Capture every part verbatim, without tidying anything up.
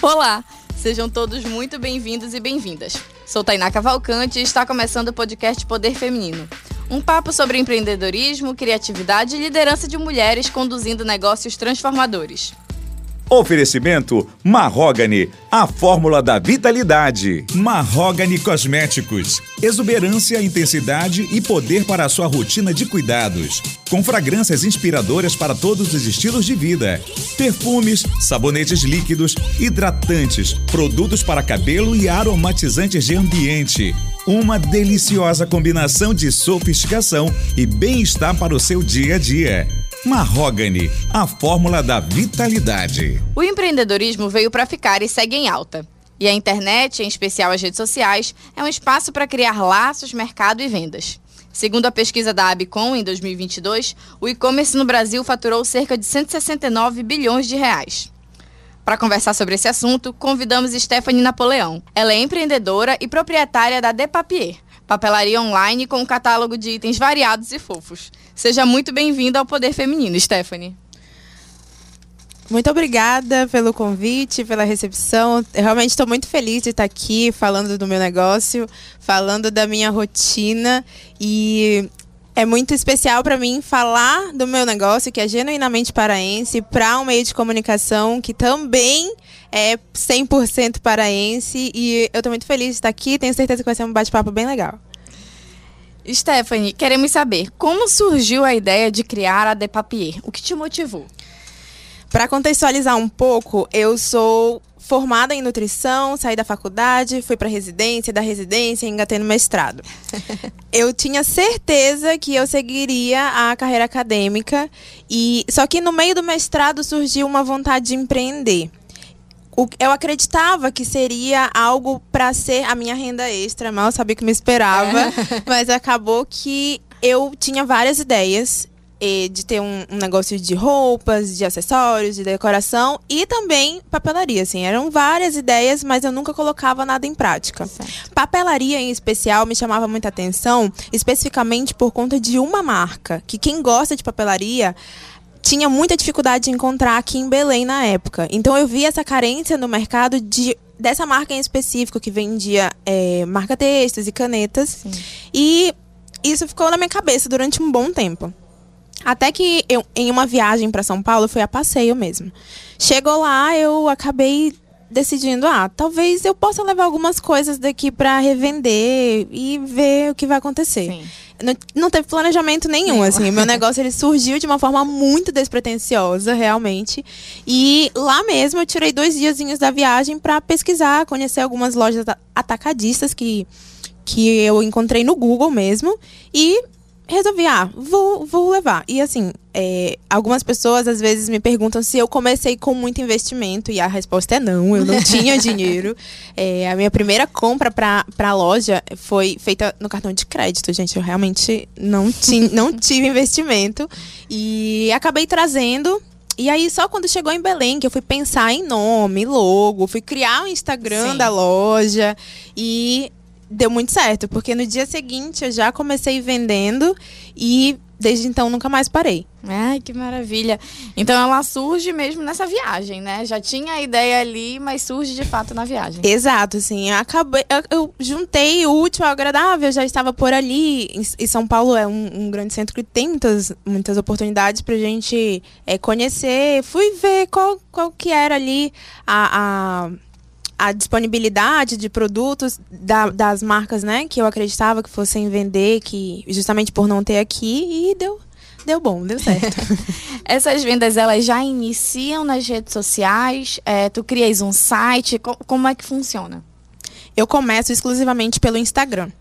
Olá, sejam todos muito bem-vindos e bem-vindas. Sou Tainá Cavalcante e está começando o podcast Poder Feminino. Um papo sobre empreendedorismo, criatividade e liderança de mulheres conduzindo negócios transformadores. Oferecimento Mahogany, a fórmula da vitalidade. Mahogany Cosméticos, exuberância, intensidade e poder para a sua rotina de cuidados. Com fragrâncias inspiradoras para todos os estilos de vida. Perfumes, sabonetes líquidos, hidratantes, produtos para cabelo e aromatizantes de ambiente. Uma deliciosa combinação de sofisticação e bem-estar para o seu dia a dia. Mahogany, a fórmula da vitalidade. O empreendedorismo veio para ficar e segue em alta. E a internet, em especial as redes sociais, é um espaço para criar laços, mercado e vendas. Segundo a pesquisa da Abicom, em dois mil e vinte e dois, o e-commerce no Brasil faturou cerca de cento e sessenta e nove bilhões de reais. Para conversar sobre esse assunto, convidamos Stephanie Napoleão. Ela é empreendedora e proprietária da Depapier, papelaria online com um catálogo de itens variados e fofos. Seja muito bem-vinda ao Poder Feminino, Stephanie. Muito obrigada pelo convite, pela recepção. Eu realmente estou muito feliz de estar aqui falando do meu negócio, falando da minha rotina. E é muito especial para mim falar do meu negócio, que é genuinamente paraense, para um meio de comunicação que também é cem por cento paraense. E eu estou muito feliz de estar aqui. Tenho certeza que vai ser um bate-papo bem legal. Stephanie, queremos saber como surgiu a ideia de criar a Depapier? O que te motivou? Para contextualizar um pouco, eu sou formada em nutrição, saí da faculdade, fui para residência, da residência engatei no mestrado. Eu tinha certeza que eu seguiria a carreira acadêmica, e só que no meio do mestrado surgiu uma vontade de empreender. Eu acreditava que seria algo para ser a minha renda extra, mal sabia que me esperava, é. Mas acabou que eu tinha várias ideias de ter um, um negócio de roupas, de acessórios, de decoração e também papelaria, assim. Eram várias ideias, mas eu nunca colocava nada em prática. Certo. Papelaria, em especial, me chamava muita atenção, especificamente por conta de uma marca, que quem gosta de papelaria tinha muita dificuldade de encontrar aqui em Belém na época. Então eu vi essa carência no mercado de, dessa marca em específico, que vendia é, marca-textos e canetas. Sim. E isso ficou na minha cabeça durante um bom tempo. Até que eu, em uma viagem para São Paulo, eu fui a passeio mesmo. Chegou lá, eu acabei decidindo, ah, talvez eu possa levar algumas coisas daqui para revender e ver o que vai acontecer. Sim. Não, não teve planejamento nenhum, assim. O meu negócio, ele surgiu de uma forma muito despretensiosa, realmente. E lá mesmo eu tirei dois diazinhos da viagem para pesquisar, conhecer algumas lojas atacadistas que, que eu encontrei no Google mesmo. E resolvi, ah, vou, vou levar. E assim, é, algumas pessoas às vezes me perguntam se eu comecei com muito investimento. E a resposta é não, eu não tinha dinheiro. É, a minha primeira compra para a loja foi feita no cartão de crédito, gente. Eu realmente não, ti, não tive investimento. E acabei trazendo. E aí, só quando chegou em Belém, que eu fui pensar em nome, logo, fui criar o Instagram Sim. da loja. E deu muito certo, porque no dia seguinte eu já comecei vendendo e desde então nunca mais parei. Ai, que maravilha. Então ela surge mesmo nessa viagem, né? Já tinha a ideia ali, mas surge de fato na viagem. Exato, assim, eu acabei, eu, eu juntei o útil ao agradável, já estava por ali. E São Paulo é um, um grande centro que tem muitas, muitas oportunidades pra gente é, conhecer. Fui ver qual, qual que era ali a... a a disponibilidade de produtos da, das marcas, né, que eu acreditava que fossem vender, que justamente por não ter aqui, e deu, deu bom, deu certo. Essas vendas, elas já iniciam nas redes sociais? É, tu crias um site? Co- como é que funciona? Eu começo exclusivamente pelo Instagram.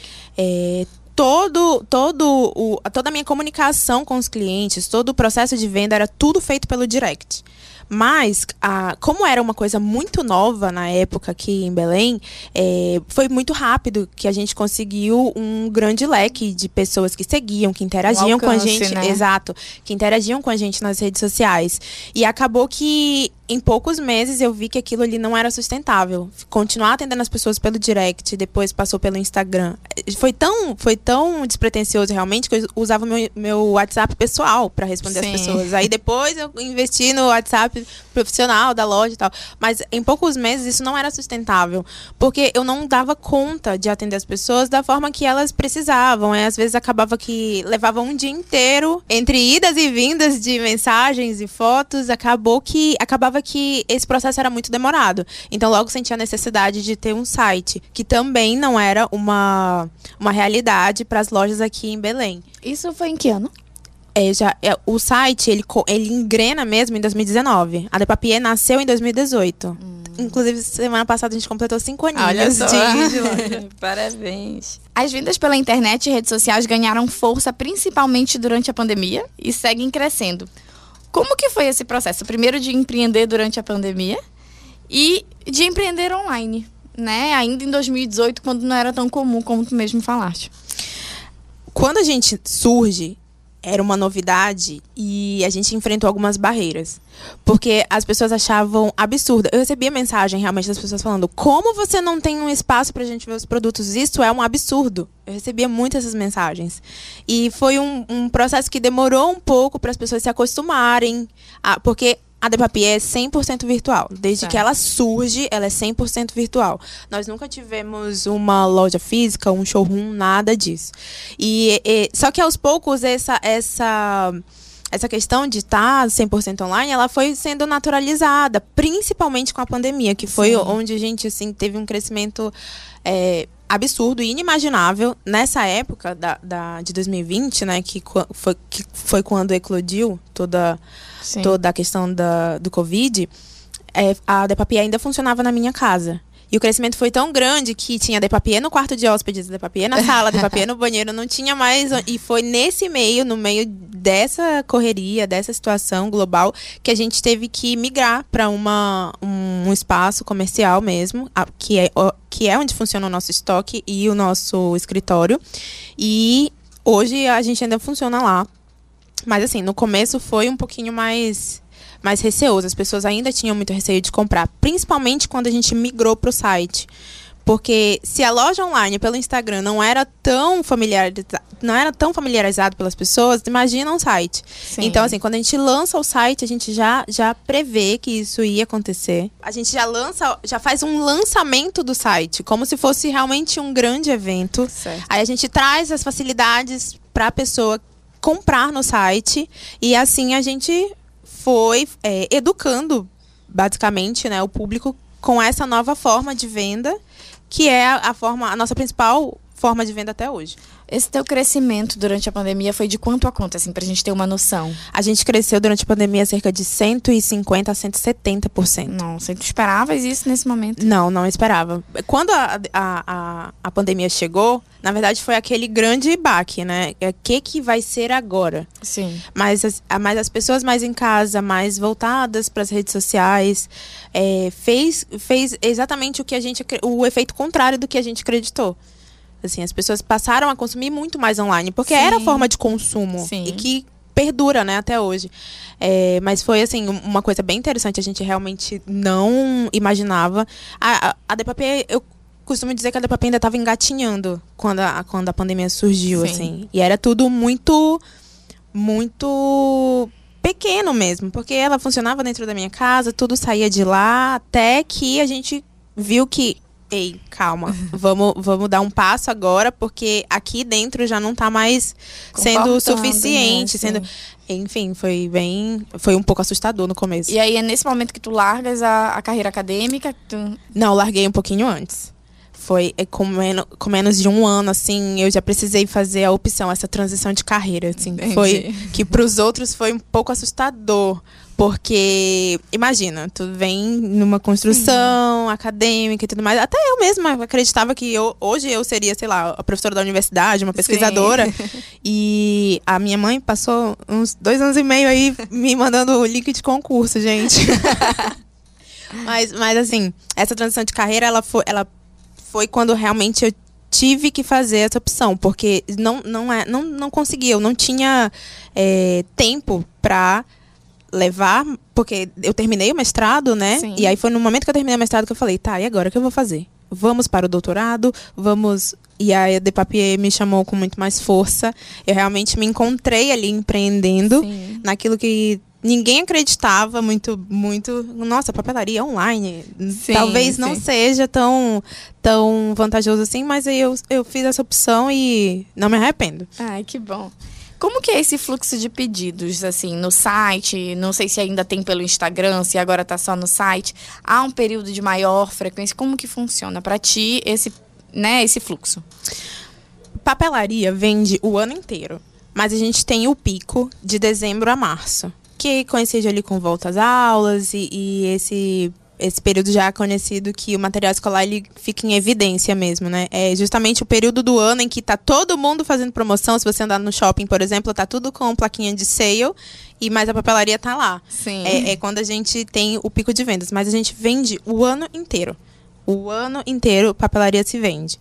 É, todo, todo o, toda a minha comunicação com os clientes, todo o processo de venda era tudo feito pelo direct. Mas, a, como era uma coisa muito nova na época aqui em Belém, é, foi muito rápido que a gente conseguiu um grande leque de pessoas que seguiam, que interagiam um alcance, com a gente. Né? Exato, que interagiam com a gente nas redes sociais. E acabou que em poucos meses eu vi que aquilo ali não era sustentável. Continuar atendendo as pessoas pelo direct, depois passou pelo Instagram. Foi tão, foi tão despretensioso realmente que eu usava meu, meu WhatsApp pessoal para responder Sim. as pessoas. Aí depois eu investi no WhatsApp profissional da loja e tal. Mas em poucos meses isso não era sustentável. Porque eu não dava conta de atender as pessoas da forma que elas precisavam. E às vezes acabava que levava um dia inteiro entre idas e vindas de mensagens e fotos. Acabou que acabava que esse processo era muito demorado. Então logo senti a necessidade de ter um site, que também não era uma, uma realidade para as lojas aqui em Belém. Isso foi em que ano? É, já, é, o site, ele, ele engrena mesmo em dois mil e dezenove. A Depapié nasceu em dois mil e dezoito. Hum. Inclusive, semana passada a gente completou cinco aninhos. Olha só. de, de loja. Parabéns. As vendas pela internet e redes sociais ganharam força principalmente durante a pandemia e seguem crescendo. Como que foi esse processo? Primeiro de empreender durante a pandemia e de empreender online, né? Ainda em dois mil e dezoito, quando não era tão comum, como tu mesmo falaste. Quando a gente surge, era uma novidade e a gente enfrentou algumas barreiras. Porque as pessoas achavam absurdo. Eu recebia mensagem realmente das pessoas falando: como você não tem um espaço pra gente ver os produtos? Isso é um absurdo. Eu recebia muitas essas mensagens. E foi um, um processo que demorou um pouco para as pessoas se acostumarem. A, porque a Depapié é cem por cento virtual. Desde certo. que ela surge, ela é cem por cento virtual. Nós nunca tivemos uma loja física, um showroom, nada disso. E, e, só que aos poucos essa... essa Essa questão de estar cem por cento online, ela foi sendo naturalizada, principalmente com a pandemia, que foi Sim. onde a gente assim, teve um crescimento é, absurdo e inimaginável. Nessa época da, da, de dois mil e vinte, né, que foi, que foi quando eclodiu toda, toda a questão da, do Covid, é, a Depapié ainda funcionava na minha casa. E o crescimento foi tão grande que tinha Depapié no quarto de hóspedes, Depapié na sala, Depapié no banheiro, não tinha mais. E foi nesse meio, no meio dessa correria, dessa situação global, que a gente teve que migrar para uma um, um espaço comercial mesmo, que é, que é onde funciona o nosso estoque e o nosso escritório. E hoje a gente ainda funciona lá. Mas assim, no começo foi um pouquinho mais... mais receoso. As pessoas ainda tinham muito receio de comprar, principalmente quando a gente migrou para o site. Porque se a loja online pelo Instagram não era tão familiarizado, não era tão familiarizado pelas pessoas, imagina um site. Sim. Então, assim, quando a gente lança o site, a gente já, já prevê que isso ia acontecer. A gente já lança, já faz um lançamento do site, como se fosse realmente um grande evento. Certo. Aí a gente traz as facilidades para a pessoa comprar no site e assim a gente foi é, educando, basicamente, né, o público com essa nova forma de venda, que é a, a, forma, a nossa principal forma de venda até hoje. Esse teu crescimento durante a pandemia foi de quanto a quanto, assim, pra gente ter uma noção? A gente cresceu durante a pandemia cerca de cento e cinquenta a cento e setenta por cento. Nossa, tu esperavas isso nesse momento? Não, não esperava. Quando a, a, a, a pandemia chegou, na verdade foi aquele grande baque, né? O que que vai ser agora? Sim. Mas as, mas as pessoas mais em casa, mais voltadas para as redes sociais, é, fez, fez exatamente o que a gente, o efeito contrário do que a gente acreditou. Assim, as pessoas passaram a consumir muito mais online, porque Sim. era a forma de consumo Sim. e que perdura, né, até hoje. É, mas foi, assim, uma coisa bem interessante, a gente realmente não imaginava. A, a, a Depapié, eu costumo dizer que a Depapié ainda estava engatinhando quando a, quando a pandemia surgiu, Sim. assim. E era tudo muito, muito pequeno mesmo, porque ela funcionava dentro da minha casa, tudo saía de lá, até que a gente viu que ei, calma, vamos, vamos dar um passo agora, porque aqui dentro já não está mais sendo suficiente, né? sendo... Enfim, foi bem... Foi um pouco assustador no começo. E aí é nesse momento que tu largas a, a carreira acadêmica? Tu... Não, larguei um pouquinho antes. Foi é, com, menos, com menos de um ano, assim, eu já precisei fazer a opção, essa transição de carreira, assim. Entendi. Foi que para os outros foi um pouco assustador. Porque, imagina, tu vem numa construção Sim. acadêmica e tudo mais. Até eu mesma acreditava que eu, hoje eu seria, sei lá, a professora da universidade, uma pesquisadora. Sim. E a minha mãe passou uns dois anos e meio aí me mandando o link de concurso, gente. mas, mas, assim, essa transição de carreira, ela foi, ela foi quando realmente eu tive que fazer essa opção. Porque não, não, é, não, não conseguia, eu não tinha é, tempo pra... levar, porque eu terminei o mestrado, né? Sim. E aí foi no momento que eu terminei o mestrado que eu falei, tá, e agora o que eu vou fazer? Vamos para o doutorado, vamos... E a EduPapier me chamou com muito mais força. Eu realmente me encontrei ali empreendendo. Sim. Naquilo que ninguém acreditava muito, muito. Nossa, papelaria online. Sim, talvez não sim. seja tão, tão vantajoso assim, mas aí eu, eu fiz essa opção e não me arrependo. Ai, que bom. Como que é esse fluxo de pedidos, assim, no site? Não sei se ainda tem pelo Instagram, se agora tá só no site. Há um período de maior frequência? Como que funciona para ti esse, né, esse fluxo? Papelaria vende o ano inteiro, mas a gente tem o pico de dezembro a março, que coincide ali com volta às aulas e, e esse... Esse período já é conhecido que o material escolar ele fica em evidência mesmo, né? É justamente o período do ano em que tá todo mundo fazendo promoção. Se você andar no shopping, por exemplo, tá tudo com plaquinha de sale, e mas a papelaria tá lá. Sim. É, é quando a gente tem o pico de vendas. Mas a gente vende o ano inteiro. O ano inteiro papelaria se vende.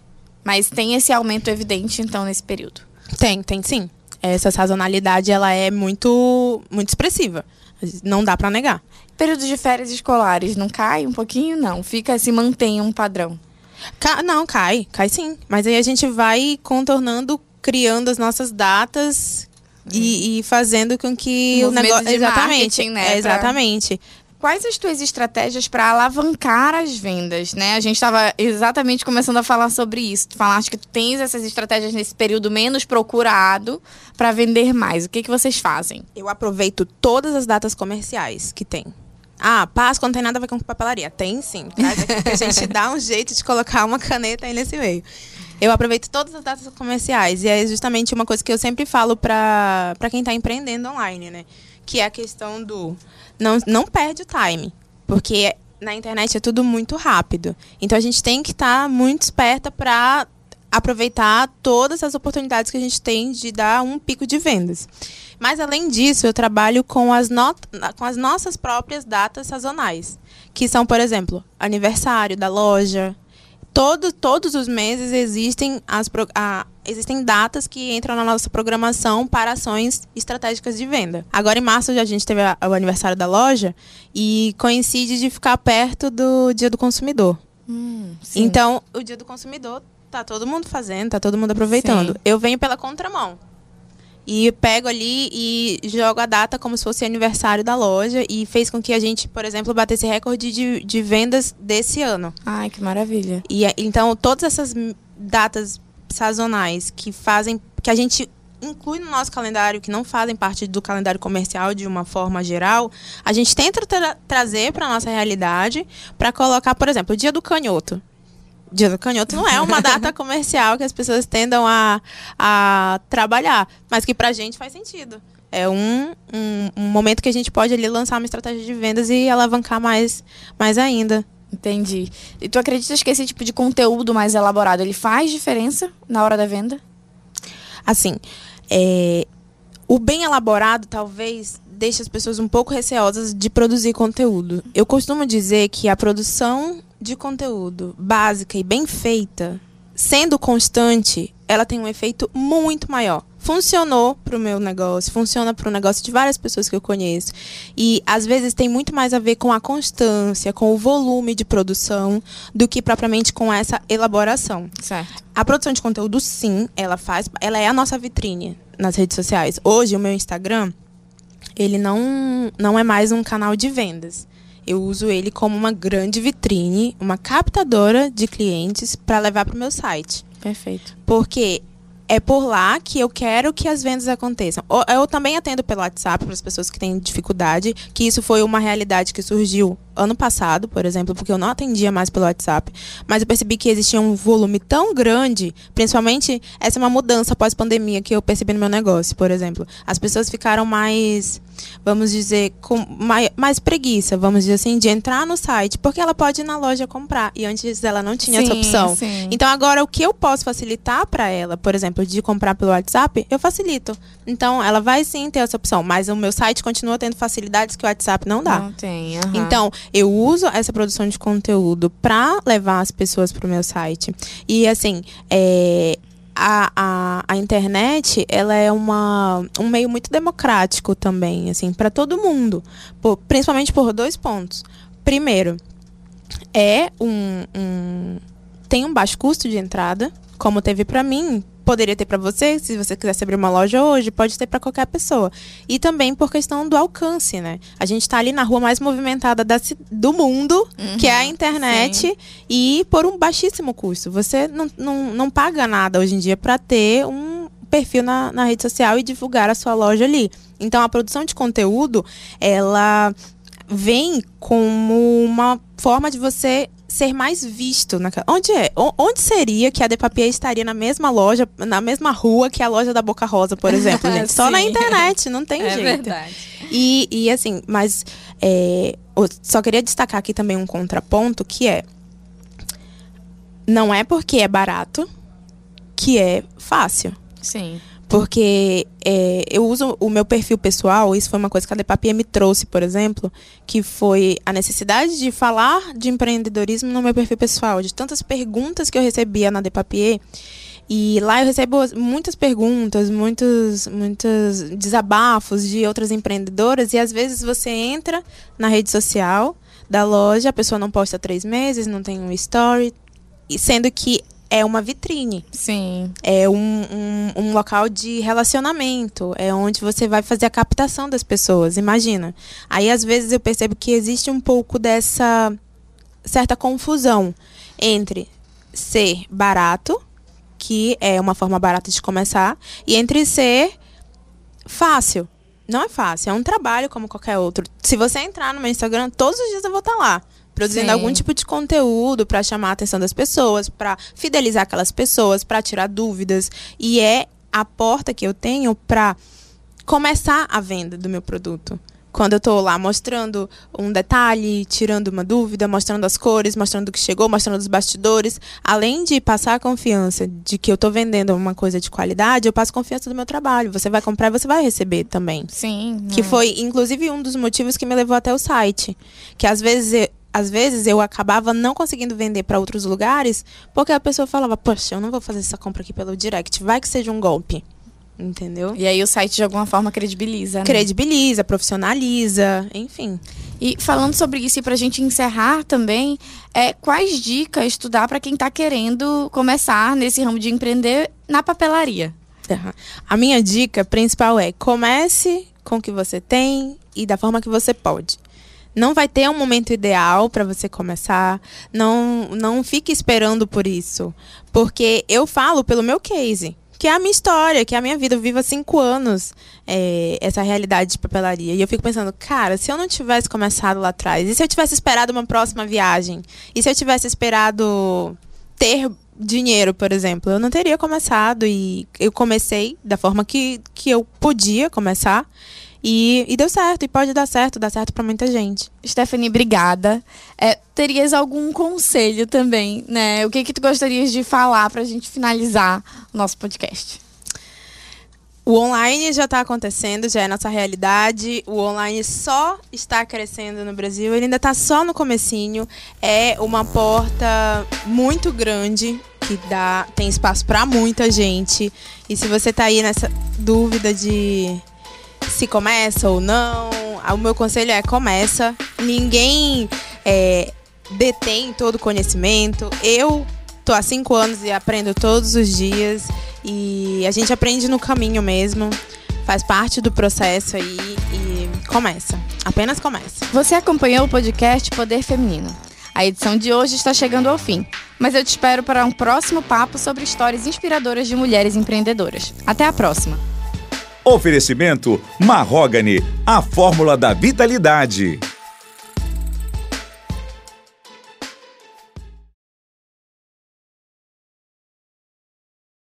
Mas tem esse aumento evidente, então, nesse período? Tem, tem sim. Essa sazonalidade, ela é muito, muito expressiva. Não dá pra negar. Período de férias escolares, não cai um pouquinho? Não, fica, se mantém um padrão. Ca- não, cai, cai sim. Mas aí a gente vai contornando, criando as nossas datas e, e fazendo com que Um o negócio. movimento de Exatamente. marketing, né, é, pra- exatamente. Quais as tuas estratégias para alavancar as vendas, né? A gente estava exatamente começando a falar sobre isso. Tu falaste que tu tens essas estratégias nesse período menos procurado para vender mais. O que, que vocês fazem? Eu aproveito todas as datas comerciais que tem. Ah, Páscoa não tem nada a ver com papelaria. Tem sim. Traz aqui que a gente dá um jeito de colocar uma caneta aí nesse meio. Eu aproveito todas as datas comerciais. E é justamente uma coisa que eu sempre falo para para quem está empreendendo online, né? Que é a questão do... Não, não perde o time. Porque na internet é tudo muito rápido. Então a gente tem que estar tá muito esperta para aproveitar todas as oportunidades que a gente tem de dar um pico de vendas. Mas, além disso, eu trabalho com as, not- com as nossas próprias datas sazonais. Que são, por exemplo, aniversário da loja. Todo, todos os meses existem, as, pro- a, existem datas que entram na nossa programação para ações estratégicas de venda. Agora, em março, a gente teve a, o aniversário da loja e coincide de ficar perto do Dia do Consumidor. Hum, sim. Então, o Dia do Consumidor tá todo mundo fazendo, tá todo mundo aproveitando. Sim. Eu venho pela contramão. E pego ali e jogo a data como se fosse aniversário da loja. E fez com que a gente, por exemplo, batesse recorde de, de vendas desse ano. Ai, que maravilha. E é- então, todas essas m- datas sazonais que fazem... Que a gente inclui no nosso calendário, que não fazem parte do calendário comercial de uma forma geral, a gente tenta tra- trazer para a nossa realidade para colocar, por exemplo, o Dia do Canhoto. Dia do Canhoto não é uma data comercial que as pessoas tendam a, a trabalhar, mas que pra gente faz sentido. É um, um, um momento que a gente pode ali lançar uma estratégia de vendas e alavancar mais, mais ainda. Entendi. E tu acreditas que esse tipo de conteúdo mais elaborado, ele faz diferença na hora da venda? Assim, é, o bem elaborado talvez deixe as pessoas um pouco receosas de produzir conteúdo. Eu costumo dizer que a produção de conteúdo básica e bem feita, sendo constante, ela tem um efeito muito maior. Funcionou para o meu negócio, funciona para o negócio de várias pessoas que eu conheço. E, às vezes, tem muito mais a ver com a constância, com o volume de produção, do que propriamente com essa elaboração. Certo. A produção de conteúdo, sim, ela faz, ela é a nossa vitrine nas redes sociais. Hoje, o meu Instagram, ele não, não é mais um canal de vendas. Eu uso ele como uma grande vitrine, uma captadora de clientes para levar para o meu site. Perfeito. Porque é por lá que eu quero que as vendas aconteçam. Eu também atendo pelo WhatsApp para as pessoas que têm dificuldade, que isso foi uma realidade que surgiu ano passado, por exemplo, porque eu não atendia mais pelo WhatsApp. Mas eu percebi que existia um volume tão grande, principalmente essa é uma mudança pós-pandemia que eu percebi no meu negócio, por exemplo. As pessoas ficaram mais, vamos dizer, com mais, mais preguiça, vamos dizer assim, de entrar no site, porque ela pode ir na loja comprar. E antes ela não tinha Sim, essa opção. sim. Então agora o que eu posso facilitar para ela, por exemplo, de comprar pelo WhatsApp, eu facilito. Então ela vai sim ter essa opção, mas o meu site continua tendo facilidades que o WhatsApp não dá. Não tem, aham. Então, eu uso essa produção de conteúdo para levar as pessoas para o meu site. E, assim, é, a, a, a internet, ela é uma, um meio muito democrático também, assim, para todo mundo. Por, principalmente por dois pontos. Primeiro, é um, um tem um baixo custo de entrada, como teve para mim, poderia ter para você, se você quisesse abrir uma loja hoje, pode ter para qualquer pessoa. E também por questão do alcance, né? A gente está ali na rua mais movimentada da, do mundo, uhum, que é a internet, sim. E por um baixíssimo custo. Você não, não, não paga nada hoje em dia para ter um perfil na, na rede social e divulgar a sua loja ali. Então, a produção de conteúdo, ela vem como uma forma de você ser mais visto. Na... Onde é? Onde seria que a Depapié estaria na mesma loja, na mesma rua que a loja da Boca Rosa, por exemplo, gente? Só na internet, não tem é jeito. Verdade. E, e assim, mas é, eu só queria destacar aqui também um contraponto, que é, não é porque é barato que é fácil. Sim. Porque é, eu uso o meu perfil pessoal, isso foi uma coisa que a Depapié me trouxe, por exemplo, que foi a necessidade de falar de empreendedorismo no meu perfil pessoal, de tantas perguntas que eu recebia na Depapié. E lá eu recebo muitas perguntas, muitos, muitos desabafos de outras empreendedoras, e às vezes você entra na rede social da loja, a pessoa não posta há três meses, não tem um story, sendo que é uma vitrine. Sim. É um, um, um local de relacionamento. É onde você vai fazer a captação das pessoas. Imagina. Aí, às vezes, eu percebo que existe um pouco dessa certa confusão entre ser barato, que é uma forma barata de começar, e entre ser fácil. Não é fácil. É um trabalho como qualquer outro. Se você entrar no meu Instagram, todos os dias eu vou estar lá, produzindo Sim. algum tipo de conteúdo para chamar a atenção das pessoas, para fidelizar aquelas pessoas, para tirar dúvidas. E é a porta que eu tenho para começar a venda do meu produto. Quando eu estou lá mostrando um detalhe, tirando uma dúvida, mostrando as cores, mostrando o que chegou, mostrando os bastidores. Além de passar a confiança de que eu estou vendendo uma coisa de qualidade, eu passo confiança do meu trabalho. Você vai comprar e você vai receber também. Sim. Que foi, inclusive, um dos motivos que me levou até o site. Que às vezes... Eu, Às vezes eu acabava não conseguindo vender para outros lugares, porque a pessoa falava, poxa, eu não vou fazer essa compra aqui pelo direct, vai que seja um golpe. Entendeu? E aí o site de alguma forma credibiliza, né? Credibiliza, profissionaliza, enfim. E falando sobre isso, e pra gente encerrar também, é, quais dicas tu dá para quem tá querendo começar nesse ramo de empreender na papelaria? Uhum. A minha dica principal é, comece com o que você tem e da forma que você pode. Não vai ter um momento ideal para você começar. Não, não fique esperando por isso. Porque eu falo pelo meu case, que é a minha história, que é a minha vida. Eu vivo há cinco anos é, essa realidade de papelaria. E eu fico pensando, cara, se eu não tivesse começado lá atrás, e se eu tivesse esperado uma próxima viagem? E se eu tivesse esperado ter dinheiro, por exemplo? Eu não teria começado. E eu comecei da forma que, que eu podia começar. E, e deu certo, e pode dar certo, dá certo pra muita gente. Stephanie, obrigada. É, terias algum conselho também, né? O que que tu gostarias de falar pra gente finalizar o nosso podcast? O online já está acontecendo, já é nossa realidade. O online só está crescendo no Brasil, ele ainda está só no comecinho. É uma porta muito grande, que dá, tem espaço para muita gente. E se você está aí nessa dúvida de se começa ou não, o meu conselho é começa. Ninguém é, detém todo o conhecimento. Eu tô há cinco anos e aprendo todos os dias. E a gente aprende no caminho mesmo. Faz parte do processo aí e começa. Apenas começa. Você acompanhou o podcast Poder Feminino. A edição de hoje está chegando ao fim. Mas eu te espero para um próximo papo sobre histórias inspiradoras de mulheres empreendedoras. Até a próxima! Oferecimento Mahogany, a fórmula da vitalidade.